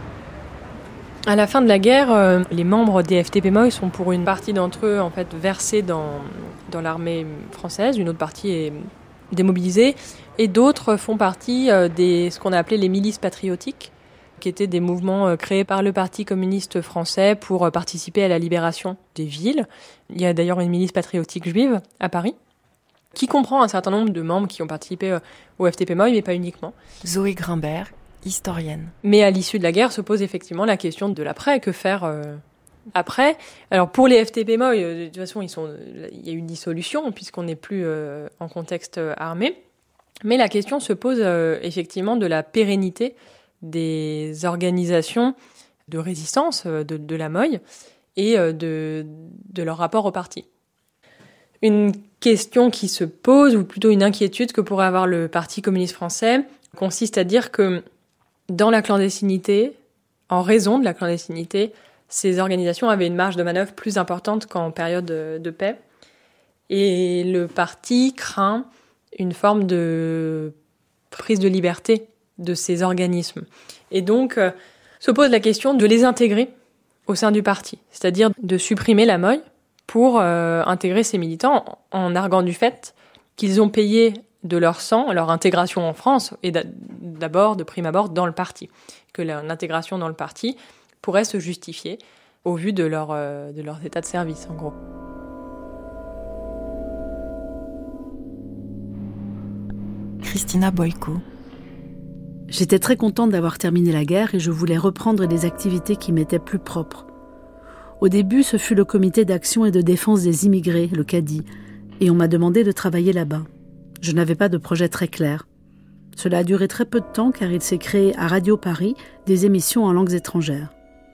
À la fin de la guerre, les membres des FTP-MOI sont pour une partie d'entre eux en fait versés dans l'armée française, une autre partie est démobilisée, et d'autres font partie ce qu'on a appelé les milices patriotiques, qui étaient des mouvements créés par le Parti communiste français pour participer à la libération des villes. Il y a d'ailleurs une milice patriotique juive à Paris, qui comprend un certain nombre de membres qui ont participé au FTP-MOI, mais pas uniquement. Zoé Grimbert, historienne. Mais à l'issue de la guerre se pose effectivement la question de l'après. Que faire après? Alors pour les FTP-MOI, de toute façon, il y a eu une dissolution puisqu'on n'est plus en contexte armé. Mais la question se pose effectivement de la pérennité des organisations de résistance de la MOI et de leur rapport au parti. Une question qui se pose, ou plutôt une inquiétude que pourrait avoir le Parti communiste français, consiste à dire que dans la clandestinité, en raison de la clandestinité, ces organisations avaient une marge de manœuvre plus importante qu'en période de paix. Et le parti craint une forme de prise de liberté de ces organismes. Et donc, se pose la question de les intégrer au sein du parti, c'est-à-dire de supprimer la MOI pour intégrer ces militants en arguant du fait qu'ils ont payé de leur sang, leur intégration en France, et d'abord, de prime abord, dans le parti. Que l'intégration dans le parti pourrait se justifier au vu de leurs états de service, en gros. Christina Boyko. J'étais très contente d'avoir terminé la guerre et je voulais reprendre des activités qui m'étaient plus propres. Au début, ce fut le comité d'action et de défense des immigrés, le CADI, et on m'a demandé de travailler là-bas. Je n'avais pas de projet très clair. Cela a duré très peu de temps car il s'est créé à Radio Paris des émissions en langues étrangères.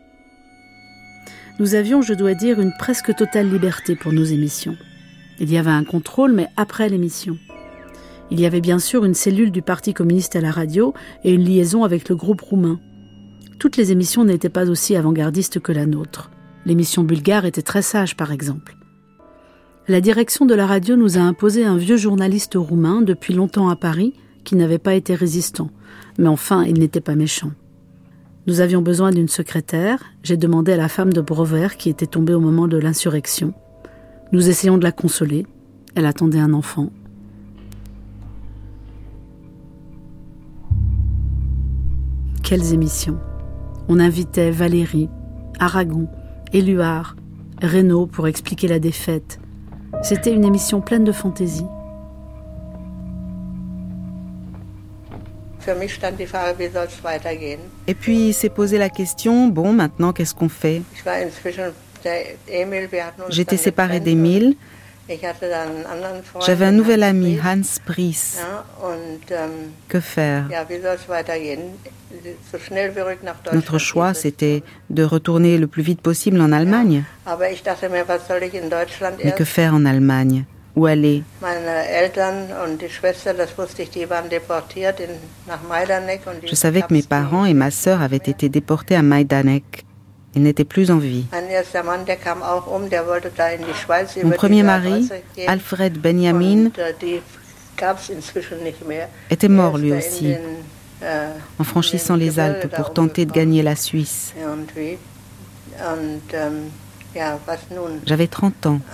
Nous avions, je dois dire, une presque totale liberté pour nos émissions. Il y avait un contrôle, mais après l'émission. Il y avait bien sûr une cellule du Parti communiste à la radio et une liaison avec le groupe roumain. Toutes les émissions n'étaient pas aussi avant-gardistes que la nôtre. L'émission bulgare était très sage, par exemple. La direction de la radio nous a imposé un vieux journaliste roumain depuis longtemps à Paris qui n'avait pas été résistant, mais enfin il n'était pas méchant. Nous avions besoin d'une secrétaire, j'ai demandé à la femme de Brovert qui était tombée au moment de l'insurrection. Nous essayons de la consoler, Elle attendait un enfant. Quelles émissions! On invitait Valéry, Aragon, Éluard, Reynaud pour expliquer la défaite. C'était une émission pleine de fantaisie. Et puis s'est posé la question, bon, maintenant qu'est-ce qu'on fait? J'étais séparée d'Émile. J'avais un nouvel ami, Hans Pries. Que faire? Notre choix, c'était de retourner le plus vite possible en Allemagne. Mais que faire en Allemagne? Où aller? Je savais que mes parents et ma sœur avaient été déportés à Majdanek. Ils n'étaient plus en vie. Mon premier mari, Alfred Benjamin, était mort lui aussi, en franchissant les Alpes pour tenter de gagner la Suisse. J'avais 30 ans.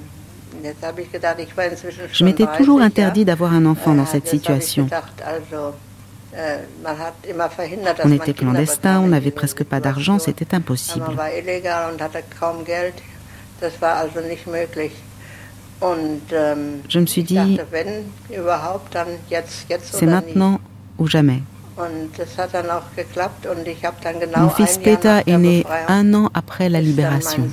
Je m'étais toujours interdit d'avoir un enfant dans cette situation. On était clandestins, on n'avait presque pas d'argent, c'était impossible. Je me suis dit, c'est maintenant ou jamais. Mon fils Peter est né 1 an après la libération.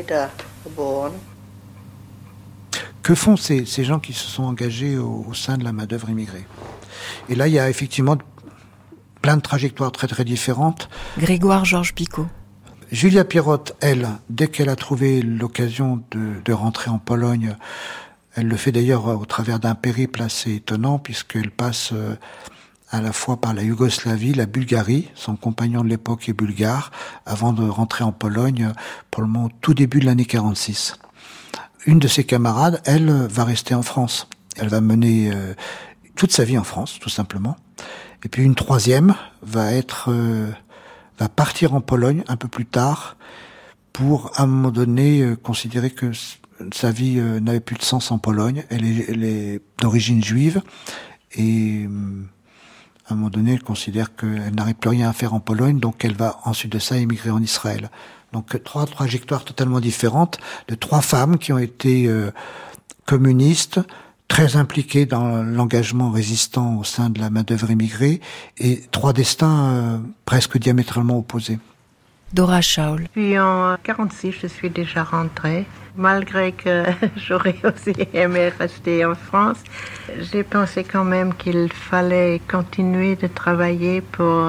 Que font ces gens qui se sont engagés au sein de la main-d'œuvre immigrée? Et là, il y a effectivement plein de trajectoires très très différentes. Grégoire Georges Picot. Julia Pirotte, elle, dès qu'elle a trouvé l'occasion de rentrer en Pologne, elle le fait d'ailleurs au travers d'un périple assez étonnant, puisqu'elle passe à la fois par la Yougoslavie, la Bulgarie, son compagnon de l'époque est bulgare, avant de rentrer en Pologne pour le moment au tout début de l'année 46. Une de ses camarades, elle, va rester en France. Elle va mener toute sa vie en France, tout simplement. Et puis une troisième va partir en Pologne un peu plus tard pour, à un moment donné, considérer que sa vie n'avait plus de sens en Pologne. Elle est d'origine juive et à un moment donné, elle considère qu'elle n'arrive plus rien à faire en Pologne, donc elle va ensuite de ça émigrer en Israël. Donc 3 trajectoires totalement différentes de 3 femmes qui ont été communistes, très impliquées dans l'engagement résistant au sein de la main-d'œuvre immigrée, et 3 destins presque diamétralement opposés. Dora Schaul. Puis en 1946, je suis déjà rentrée. Malgré que j'aurais aussi aimé rester en France, j'ai pensé quand même qu'il fallait continuer de travailler pour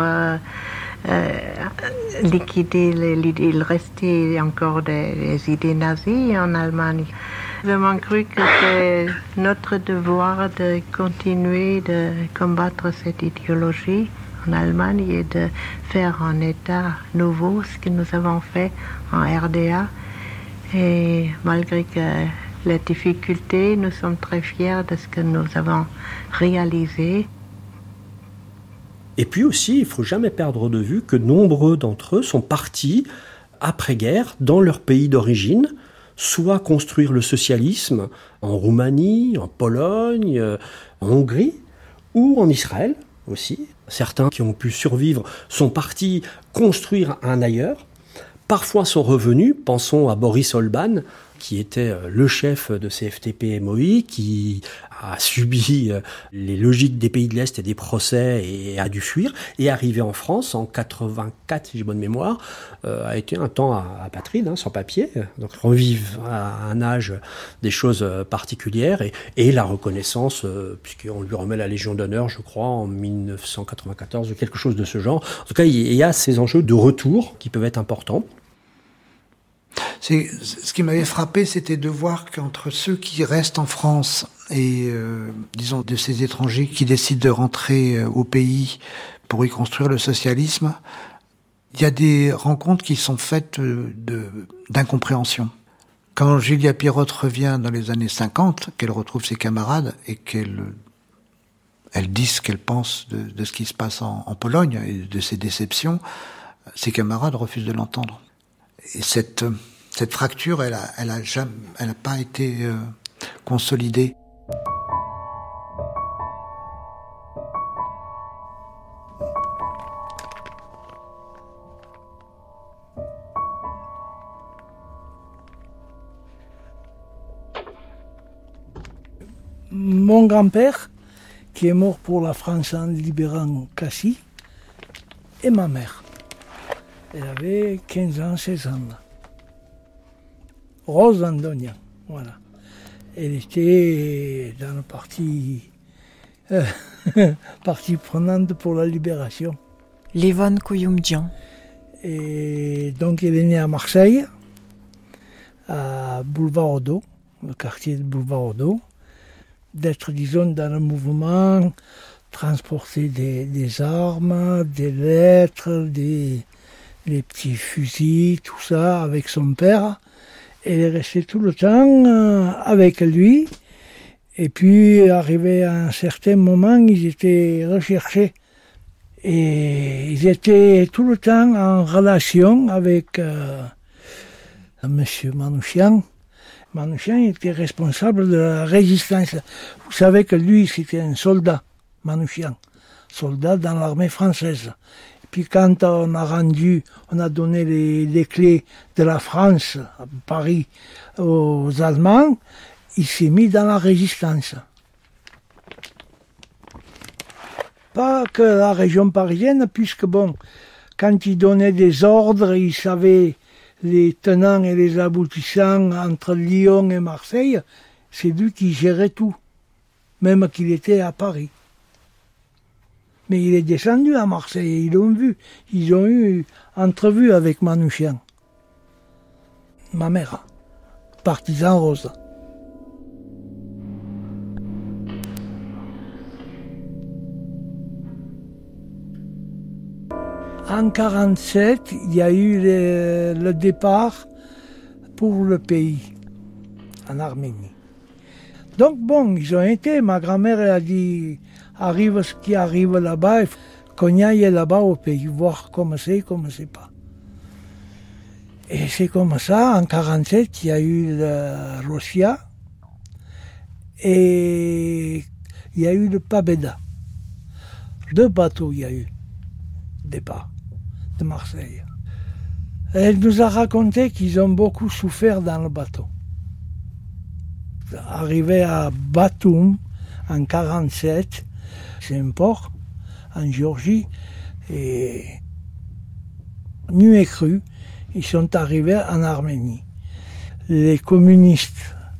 liquider il restait encore des idées nazies en Allemagne. J'ai vraiment cru que c'est notre devoir de continuer de combattre cette idéologie en Allemagne et de faire un État nouveau, ce que nous avons fait en RDA. Et malgré que les difficultés, nous sommes très fiers de ce que nous avons réalisé. Et puis aussi, il ne faut jamais perdre de vue que nombreux d'entre eux sont partis, après-guerre, dans leur pays d'origine, soit construire le socialisme en Roumanie, en Pologne, en Hongrie, ou en Israël aussi. Certains qui ont pu survivre sont partis construire un ailleurs, parfois sont revenus, pensons à Boris Olban, qui était le chef de CFTP-MOI, qui a subi les logiques des pays de l'Est et des procès et a dû fuir, et arrivé en France en 84, si j'ai bonne mémoire, a été un temps apatride, sans papier, donc revive à un âge des choses particulières, et la reconnaissance, puisqu'on lui remet la Légion d'honneur, je crois, en 1994, ou quelque chose de ce genre. En tout cas, il y a ces enjeux de retour qui peuvent être importants. Ce qui m'avait frappé, c'était de voir qu'entre ceux qui restent en France et, disons, de ces étrangers qui décident de rentrer au pays pour y construire le socialisme, il y a des rencontres qui sont faites d'incompréhension. Quand Julia Pirotte revient dans les années 50, qu'elle retrouve ses camarades et qu'elle dit ce qu'elle pense de ce qui se passe en Pologne et de ses déceptions, ses camarades refusent de l'entendre. Et cette fracture, elle a pas été consolidé. Mon grand-père, qui est mort pour la France en libérant Cassis, et ma mère. Elle avait 15 ans, 16 ans. Rose Andonian, voilà. Elle était dans le parti prenante pour la libération. Lévon Koyoumdjian. Et donc elle est née à Marseille, à Boulevard Odo, le quartier de Boulevard Odo. D'être, disons, dans le mouvement, transporter des armes, des lettres, des petits fusils, tout ça, avec son père. Elle est restée tout le temps avec lui. Et puis, arrivé à un certain moment, ils étaient recherchés. Et ils étaient tout le temps en relation avec Monsieur Manouchian. Manouchian était responsable de la résistance. Vous savez que lui, c'était un soldat, Manouchian, soldat dans l'armée française. Et puis quand on a donné les clés de la France, à Paris, aux Allemands, il s'est mis dans la résistance. Pas que la région parisienne, puisque bon, quand il donnait des ordres, il savait les tenants et les aboutissants entre Lyon et Marseille, c'est lui qui gérait tout, même qu'il était à Paris. Mais il est descendu à Marseille, ils l'ont vu, ils ont eu entrevue avec Manouchian. Ma mère, partisan rose. En 1947, il y a eu le départ pour le pays, en Arménie. Donc bon, ils ont été, ma grand-mère elle a dit, arrive ce qui arrive là-bas, qu'on y aille là-bas au pays, voir comment c'est pas. Et c'est comme ça, en 1947, il y a eu le Rosia et il y a eu le Pabeda. 2 bateaux il y a eu, départ de Marseille. Elle nous a raconté qu'ils ont beaucoup souffert dans le bateau. Arrivé à Batoum en 1947, c'est un port en Géorgie, et nu et cru, ils sont arrivés en Arménie. Les communistes,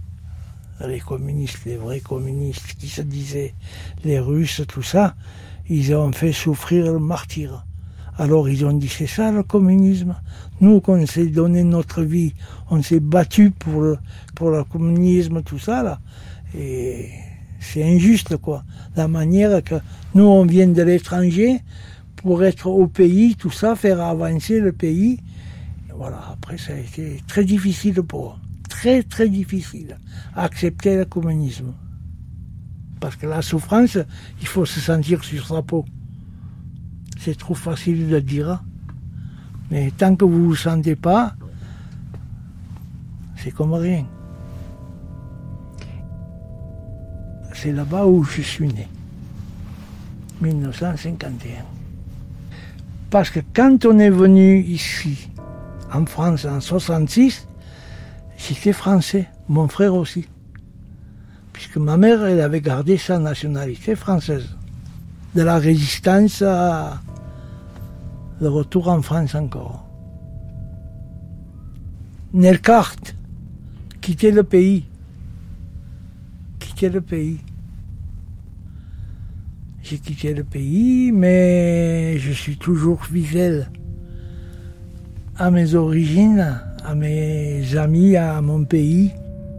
les vrais communistes qui se disaient les Russes, tout ça, ils ont fait souffrir le martyre. Alors ils ont dit, c'est ça le communisme. Nous, qu'on s'est donné notre vie, on s'est battu pour le communisme, tout ça, là. Et c'est injuste, quoi. La manière que nous, on vient de l'étranger pour être au pays, tout ça, faire avancer le pays. Et voilà, après, ça a été très difficile pour eux. Très, très difficile. Accepter le communisme. Parce que la souffrance, il faut se sentir sur sa peau. C'est trop facile de le dire. Mais tant que vous ne vous sentez pas, c'est comme rien. C'est là-bas où je suis né. 1951. Parce que quand on est venu ici, en France, en 1966, j'étais français, mon frère aussi. Puisque ma mère, elle avait gardé sa nationalité française. De la résistance à le retour en France encore. Nelkart, quitter le pays. Quitter le pays. J'ai quitté le pays, mais je suis toujours fidèle à mes origines, à mes amis, à mon pays.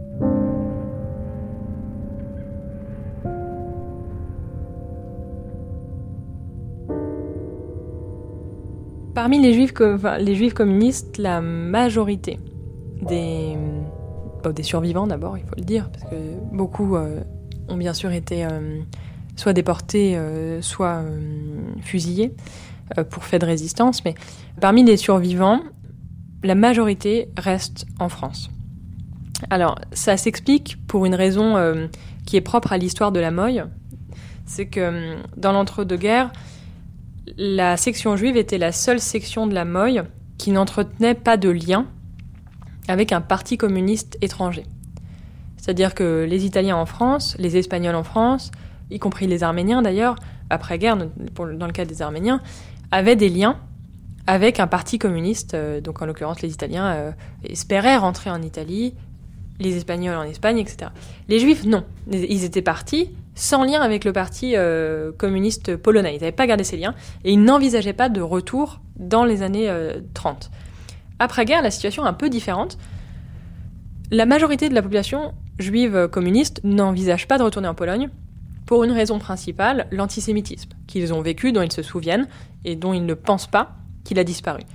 Parmi les juifs communistes, la majorité des survivants d'abord, il faut le dire, parce que beaucoup ont bien sûr été soit déportés, soit fusillés pour faits de résistance, mais parmi les survivants, la majorité reste en France. Alors, ça s'explique pour une raison qui est propre à l'histoire de la Moye. C'est que dans l'entre-deux-guerres, la section juive était la seule section de la Moye qui n'entretenait pas de lien avec un parti communiste étranger. C'est-à-dire que les Italiens en France, les Espagnols en France, y compris les Arméniens d'ailleurs, après-guerre, dans le cas des Arméniens, avaient des liens avec un parti communiste. Donc en l'occurrence, les Italiens espéraient rentrer en Italie, les Espagnols en Espagne, etc. Les Juifs, non. Ils étaient partis sans lien avec le parti communiste polonais. Ils n'avaient pas gardé ces liens et ils n'envisageaient pas de retour dans les années 30. Après-guerre, la situation est un peu différente. La majorité de la population juive communiste n'envisage pas de retourner en Pologne pour une raison principale, l'antisémitisme, qu'ils ont vécu, dont ils se souviennent et dont ils ne pensent pas qu'il a disparu.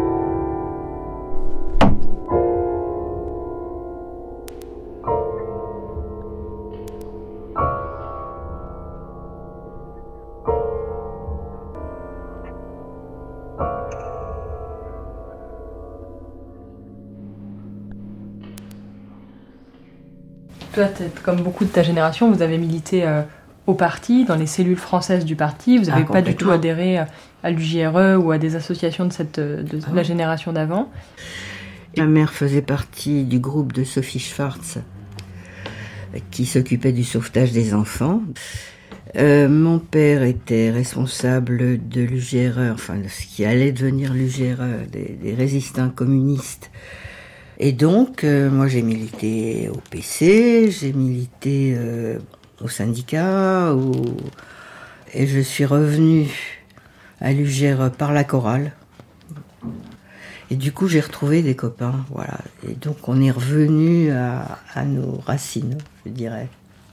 Toi, comme beaucoup de ta génération, vous avez milité au parti, dans les cellules françaises du parti. Vous n'avez pas du tout adhéré à l'UJRE ou à des associations de la génération d'avant. Ma mère faisait partie du groupe de Sophie Schwartz qui s'occupait du sauvetage des enfants. Mon père était responsable de l'UJRE, enfin de ce qui allait devenir l'UJRE, des résistants communistes. Et donc, moi j'ai milité au PC, j'ai milité au syndicat, et je suis revenue à l'UJRE par la chorale. Et du coup, j'ai retrouvé des copains, voilà. Et donc, on est revenu à nos racines, je dirais.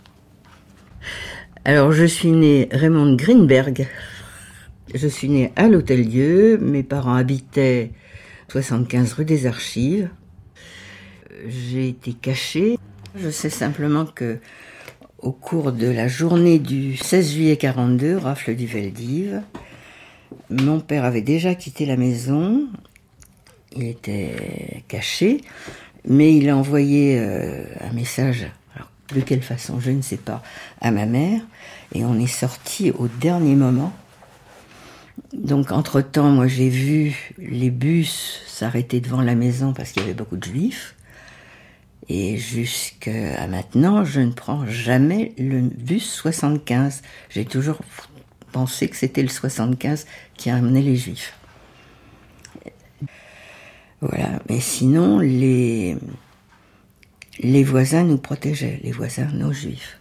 Alors, je suis née Raymond Greenberg. Je suis née à l'Hôtel-Dieu. Mes parents habitaient 75 rue des Archives. J'ai été cachée. Je sais simplement que, au cours de la journée du 16 juillet 42, rafle du Veldiv, mon père avait déjà quitté la maison. Il était caché, mais il a envoyé un message, alors de quelle façon, je ne sais pas, à ma mère, et on est sortis au dernier moment. Donc, entre-temps, moi, j'ai vu les bus s'arrêter devant la maison parce qu'il y avait beaucoup de juifs. Et jusqu'à maintenant, je ne prends jamais le bus 75. J'ai toujours pensé que c'était le 75 qui amenait les juifs. Voilà, mais sinon, les voisins nous protégeaient, les voisins non juifs.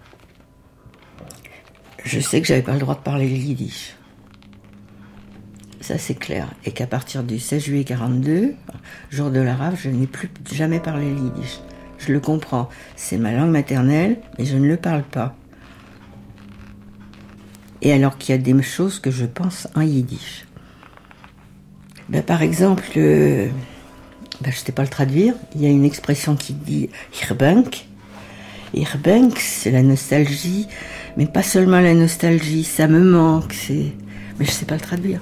Je sais que j'avais pas le droit de parler le yiddish. Ça, c'est clair. Et qu'à partir du 16 juillet 42, jour de la rafle, je n'ai plus jamais parlé le yiddish. Je le comprends. C'est ma langue maternelle, mais je ne le parle pas. Et alors qu'il y a des choses que je pense en yiddish. Par exemple, je ne sais pas le traduire, il y a une expression qui dit « Hirbank ». Hirbank, c'est la nostalgie, mais pas seulement la nostalgie, ça me manque, mais je ne sais pas le traduire.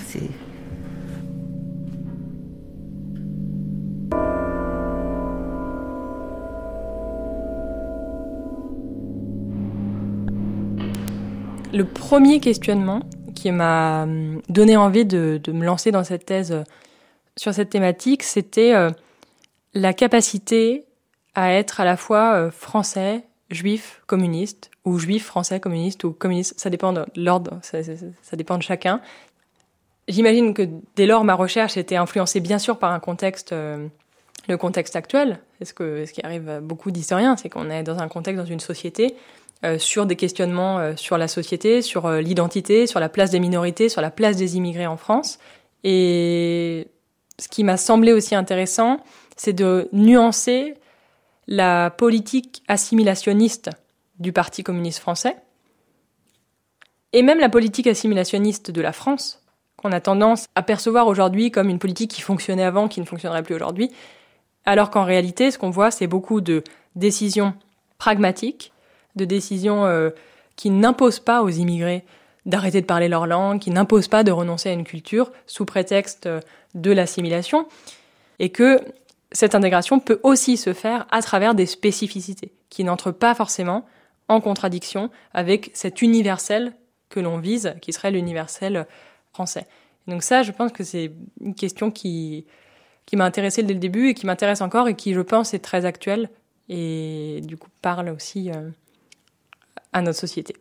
Le premier questionnement qui m'a donné envie de me lancer dans cette thèse sur cette thématique, c'était la capacité à être à la fois français, juif, communiste, ou juif, français, communiste, ou communiste. Ça dépend de l'ordre, ça dépend de chacun. J'imagine que dès lors, ma recherche était influencée bien sûr par un contexte, le contexte actuel. Ce qui arrive à beaucoup d'historiens, c'est qu'on est dans un contexte, dans une société, sur des questionnements sur la société, sur l'identité, sur la place des minorités, sur la place des immigrés en France. Et ce qui m'a semblé aussi intéressant, c'est de nuancer la politique assimilationniste du Parti communiste français, et même la politique assimilationniste de la France, qu'on a tendance à percevoir aujourd'hui comme une politique qui fonctionnait avant, qui ne fonctionnerait plus aujourd'hui, alors qu'en réalité, ce qu'on voit, c'est beaucoup de décisions pragmatiques, de décisions qui n'imposent pas aux immigrés d'arrêter de parler leur langue, qui n'imposent pas de renoncer à une culture sous prétexte de l'assimilation, et que cette intégration peut aussi se faire à travers des spécificités qui n'entrent pas forcément en contradiction avec cet universel que l'on vise, qui serait l'universel français. Et donc ça, je pense que c'est une question qui m'a intéressée dès le début et qui m'intéresse encore et qui, je pense, est très actuelle et du coup parle aussi à notre société.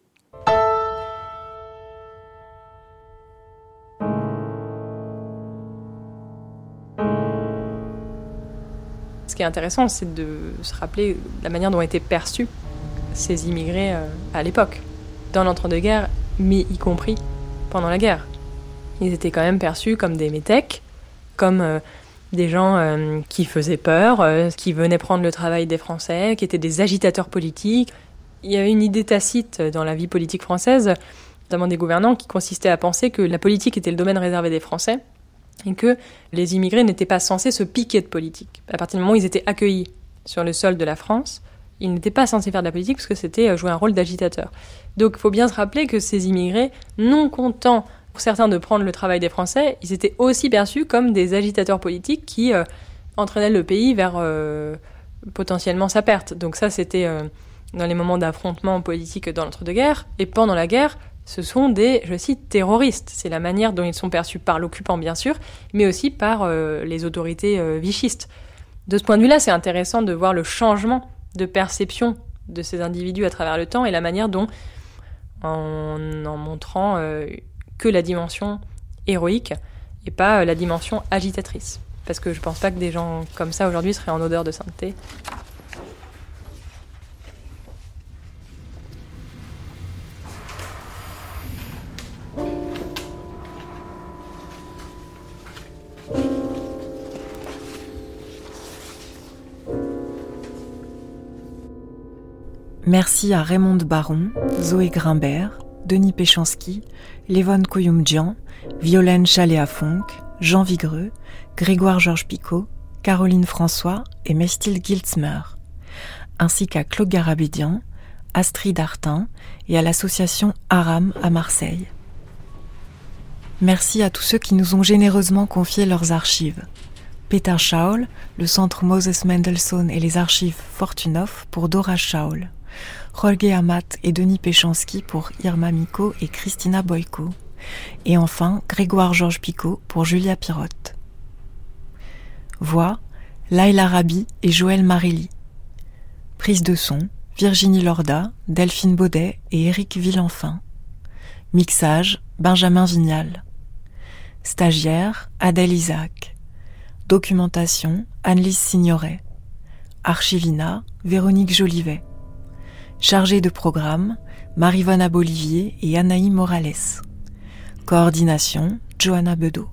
Ce qui est intéressant, c'est de se rappeler la manière dont étaient perçus ces immigrés à l'époque, dans l'entre-deux-guerres, mais y compris pendant la guerre. Ils étaient quand même perçus comme des métèques, comme des gens qui faisaient peur, qui venaient prendre le travail des Français, qui étaient des agitateurs politiques. Il y avait une idée tacite dans la vie politique française, notamment des gouvernants, qui consistait à penser que la politique était le domaine réservé des Français, et que les immigrés n'étaient pas censés se piquer de politique. À partir du moment où ils étaient accueillis sur le sol de la France, ils n'étaient pas censés faire de la politique parce que c'était jouer un rôle d'agitateur. Donc il faut bien se rappeler que ces immigrés, non contents pour certains de prendre le travail des Français, ils étaient aussi perçus comme des agitateurs politiques qui entraînaient le pays vers potentiellement sa perte. Donc ça, c'était dans les moments d'affrontement politique dans l'entre-deux-guerres. Et pendant la guerre, ce sont des, je cite, terroristes. C'est la manière dont ils sont perçus par l'occupant, bien sûr, mais aussi par les autorités vichistes. De ce point de vue-là, c'est intéressant de voir le changement de perception de ces individus à travers le temps et la manière dont, en montrant que la dimension héroïque et pas la dimension agitatrice. Parce que je pense pas que des gens comme ça aujourd'hui seraient en odeur de sainteté. Merci à Raymond Baron, Zoé Grimbert, Denis Péchanski, Lévonne Koyoumdjian, Violaine Chaléa-Fonck, Jean Vigreux, Grégoire Georges Picot, Caroline François et Mestil Giltzmer, ainsi qu'à Claude Garabédian, Astrid Artin et à l'association Aram à Marseille. Merci à tous ceux qui nous ont généreusement confié leurs archives. Peter Schaul, le centre Moses Mendelssohn et les archives Fortunoff pour Dora Schaul. Jorge Amat et Denis Péchanski pour Irma Miko et Christina Boyko. Et enfin, Grégoire Georges Picot pour Julia Pirotte. Voix, Laila Rabi et Joël Marély. Prise de son, Virginie Lorda, Delphine Baudet et Éric Villenfin. Mixage, Benjamin Vignal. Stagiaire, Adèle Isaac. Documentation, Annelise Signoret. Archivina, Véronique Jolivet. Chargée de programme, Marie-Vonne Abolivier et Anaï Morales. Coordination, Johanna Bedeau.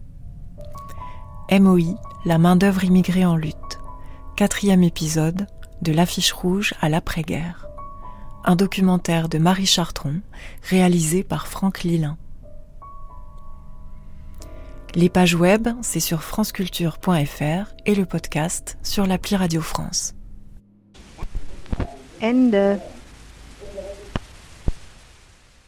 MOI, la main-d'œuvre immigrée en lutte. 4e épisode, de l'affiche rouge à l'après-guerre. Un documentaire de Marie Chartron, réalisé par Franck Lilin. Les pages web, c'est sur franceculture.fr et le podcast sur l'appli Radio France. Ende.